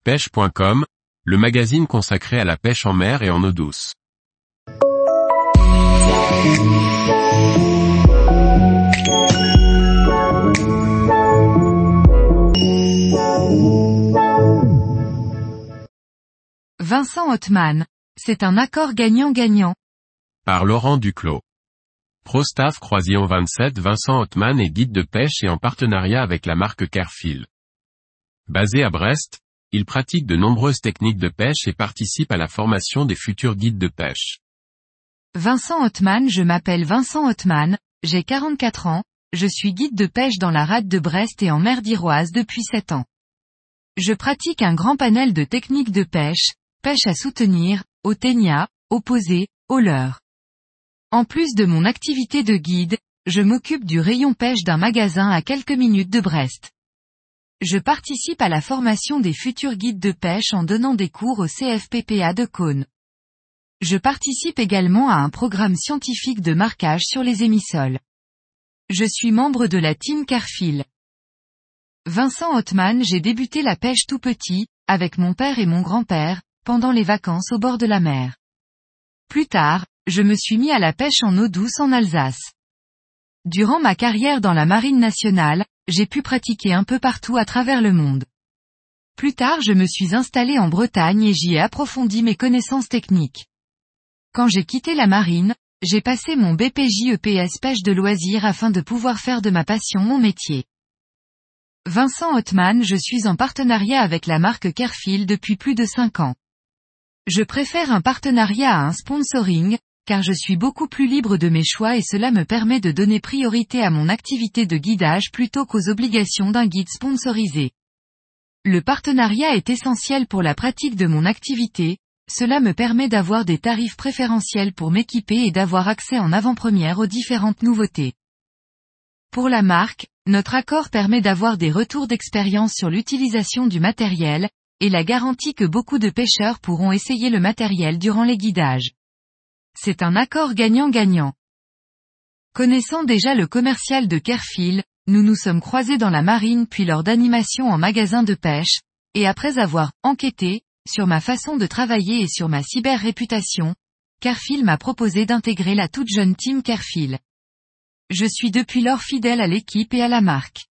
pêche.com, le magazine consacré à la pêche en mer et en eau douce. Vincent Othman, c'est un accord gagnant-gagnant. Par Laurent Duclos. ProStaff Croisillon 27. Vincent Othman est guide de pêche et en partenariat avec la marque Kerfil. Basé à Brest, il pratique de nombreuses techniques de pêche et participe à la formation des futurs guides de pêche. Vincent Othman. Je m'appelle Vincent Othman, j'ai 44 ans, je suis guide de pêche dans la rade de Brest et en mer d'Iroise depuis 7 ans. Je pratique un grand panel de techniques de pêche à soutenir, au ténia, au posé, au leurre. En plus de mon activité de guide, je m'occupe du rayon pêche d'un magasin à quelques minutes de Brest. Je participe à la formation des futurs guides de pêche en donnant des cours au CFPPA de Cône. Je participe également à un programme scientifique de marquage sur les émissoles. Je suis membre de la team Kerfil. Vincent Othman. J'ai débuté la pêche tout petit, avec mon père et mon grand-père, pendant les vacances au bord de la mer. Plus tard, je me suis mis à la pêche en eau douce en Alsace. Durant ma carrière dans la marine nationale, j'ai pu pratiquer un peu partout à travers le monde. Plus tard, je me suis installé en Bretagne et j'y ai approfondi mes connaissances techniques. Quand j'ai quitté la marine, j'ai passé mon BPJ-EPS pêche de loisirs afin de pouvoir faire de ma passion mon métier. Vincent Othman. Je suis en partenariat avec la marque Kerfil depuis plus de 5 ans. Je préfère un partenariat à un sponsoring, car je suis beaucoup plus libre de mes choix et cela me permet de donner priorité à mon activité de guidage plutôt qu'aux obligations d'un guide sponsorisé. Le partenariat est essentiel pour la pratique de mon activité, cela me permet d'avoir des tarifs préférentiels pour m'équiper et d'avoir accès en avant-première aux différentes nouveautés. Pour la marque, notre accord permet d'avoir des retours d'expérience sur l'utilisation du matériel, et la garantie que beaucoup de pêcheurs pourront essayer le matériel durant les guidages. C'est un accord gagnant-gagnant. Connaissant déjà le commercial de Kerfil, nous nous sommes croisés dans la marine puis lors d'animations en magasin de pêche, et après avoir enquêté sur ma façon de travailler et sur ma cyber-réputation, Kerfil m'a proposé d'intégrer la toute jeune team Kerfil. Je suis depuis lors fidèle à l'équipe et à la marque.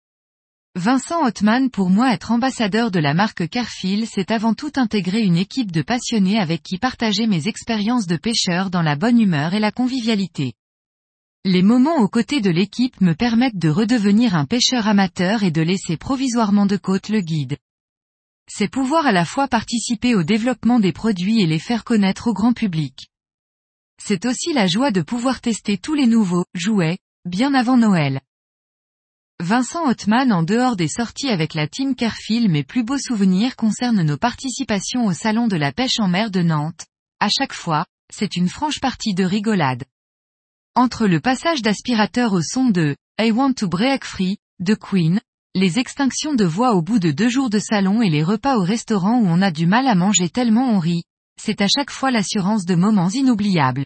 Vincent Othman. Pour moi, être ambassadeur de la marque Kerfil, c'est avant tout intégrer une équipe de passionnés avec qui partager mes expériences de pêcheur dans la bonne humeur et la convivialité. Les moments aux côtés de l'équipe me permettent de redevenir un pêcheur amateur et de laisser provisoirement de côté le guide. C'est pouvoir à la fois participer au développement des produits et les faire connaître au grand public. C'est aussi la joie de pouvoir tester tous les nouveaux jouets, bien avant Noël. Vincent Othman. En dehors des sorties avec la team Kerfil, mes plus beaux souvenirs concernent nos participations au salon de la pêche en mer de Nantes. À chaque fois, c'est une franche partie de rigolade. Entre le passage d'aspirateur au son de « I Want to Break Free » de Queen, les extinctions de voix au bout de 2 jours de salon et les repas au restaurant où on a du mal à manger tellement on rit, c'est à chaque fois l'assurance de moments inoubliables.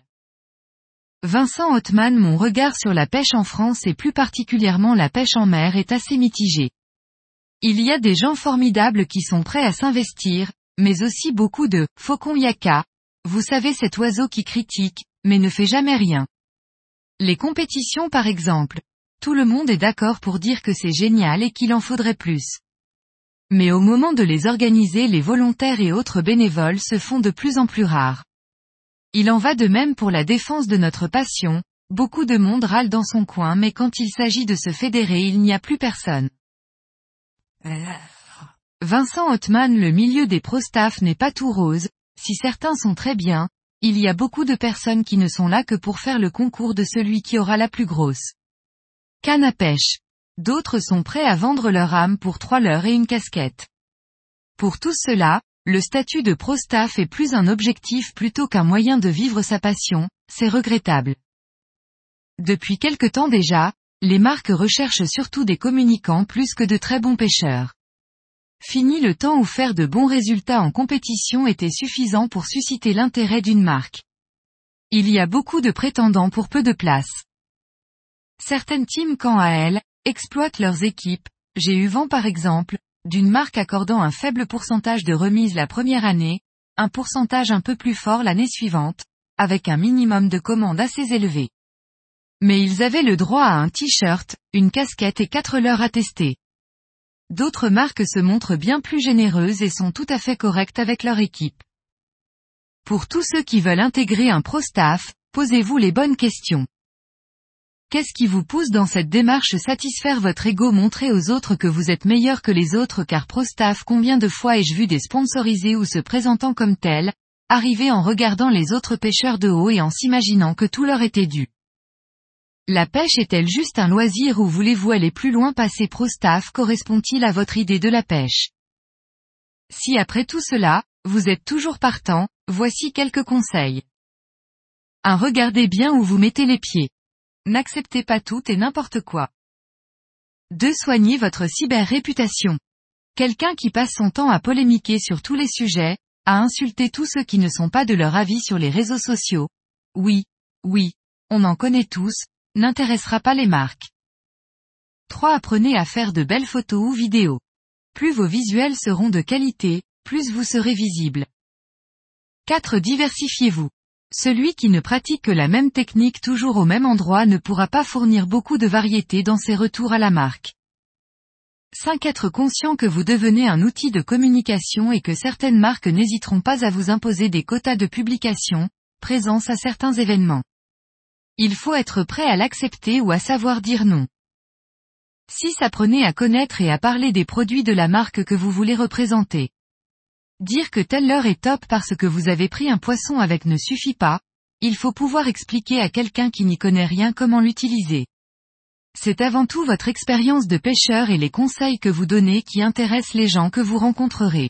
Vincent Othman. Mon regard sur la pêche en France et plus particulièrement la pêche en mer est assez mitigé. Il y a des gens formidables qui sont prêts à s'investir, mais aussi beaucoup de « faucons yaka », vous savez cet oiseau qui critique, mais ne fait jamais rien. Les compétitions par exemple. Tout le monde est d'accord pour dire que c'est génial et qu'il en faudrait plus. Mais au moment de les organiser, les volontaires et autres bénévoles se font de plus en plus rares. Il en va de même pour la défense de notre passion, beaucoup de monde râle dans son coin mais quand il s'agit de se fédérer il n'y a plus personne. Vincent Othman. Le milieu des ProStaff n'est pas tout rose, si certains sont très bien, il y a beaucoup de personnes qui ne sont là que pour faire le concours de celui qui aura la plus grosse canne à pêche. D'autres sont prêts à vendre leur âme pour 3 leurres et une casquette. Pour tout cela, le statut de ProStaff est plus un objectif plutôt qu'un moyen de vivre sa passion, c'est regrettable. Depuis quelque temps déjà, les marques recherchent surtout des communicants plus que de très bons pêcheurs. Fini le temps où faire de bons résultats en compétition était suffisant pour susciter l'intérêt d'une marque. Il y a beaucoup de prétendants pour peu de place. Certaines teams quant à elles, exploitent leurs équipes, j'ai eu vent par exemple, d'une marque accordant un faible pourcentage de remise la première année, un pourcentage un peu plus fort l'année suivante, avec un minimum de commandes assez élevé. Mais ils avaient le droit à un t-shirt, une casquette et 4 leurres à tester. D'autres marques se montrent bien plus généreuses et sont tout à fait correctes avec leur équipe. Pour tous ceux qui veulent intégrer un pro-staff, posez-vous les bonnes questions. Qu'est-ce qui vous pousse dans cette démarche satisfaire votre ego, montrer aux autres que vous êtes meilleur que les autres, car pro-staff, combien de fois ai-je vu des sponsorisés ou se présentant comme tels, arriver en regardant les autres pêcheurs de haut et en s'imaginant que tout leur était dû. La pêche est-elle juste un loisir ou voulez-vous aller plus loin? Passer pro-staff correspond-il à votre idée de la pêche? Si après tout cela, vous êtes toujours partant, voici quelques conseils. 1. Regardez bien où vous mettez les pieds. N'acceptez pas tout et n'importe quoi. 2. Soignez votre cyber-réputation. Quelqu'un qui passe son temps à polémiquer sur tous les sujets, à insulter tous ceux qui ne sont pas de leur avis sur les réseaux sociaux. Oui, on en connaît tous, n'intéressera pas les marques. 3. Apprenez à faire de belles photos ou vidéos. Plus vos visuels seront de qualité, plus vous serez visible. 4. Diversifiez-vous. Celui qui ne pratique que la même technique toujours au même endroit ne pourra pas fournir beaucoup de variété dans ses retours à la marque. 5. Être conscient que vous devenez un outil de communication et que certaines marques n'hésiteront pas à vous imposer des quotas de publication, présence à certains événements. Il faut être prêt à l'accepter ou à savoir dire non. 6. Apprenez à connaître et à parler des produits de la marque que vous voulez représenter. Dire que telle leurre est top parce que vous avez pris un poisson avec ne suffit pas, il faut pouvoir expliquer à quelqu'un qui n'y connaît rien comment l'utiliser. C'est avant tout votre expérience de pêcheur et les conseils que vous donnez qui intéressent les gens que vous rencontrerez.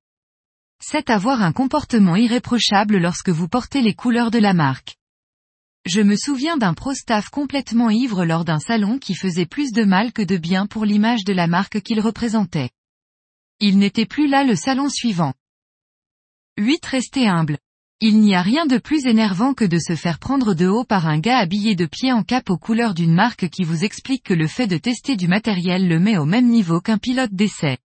7. Avoir un comportement irréprochable lorsque vous portez les couleurs de la marque. Je me souviens d'un pro-staff complètement ivre lors d'un salon qui faisait plus de mal que de bien pour l'image de la marque qu'il représentait. Il n'était plus là le salon suivant. 8. Restez humble. Il n'y a rien de plus énervant que de se faire prendre de haut par un gars habillé de pied en cap aux couleurs d'une marque qui vous explique que le fait de tester du matériel le met au même niveau qu'un pilote d'essai.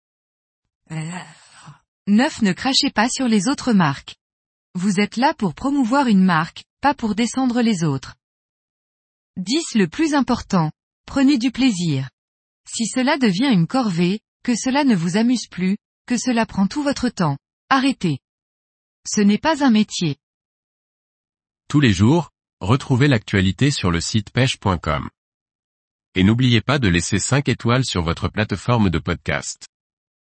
9. Ne crachez pas sur les autres marques. Vous êtes là pour promouvoir une marque, pas pour descendre les autres. 10. Le plus important. Prenez du plaisir. Si cela devient une corvée, que cela ne vous amuse plus, que cela prend tout votre temps, arrêtez. Ce n'est pas un métier. Tous les jours, retrouvez l'actualité sur le site pêche.com. Et n'oubliez pas de laisser 5 étoiles sur votre plateforme de podcast.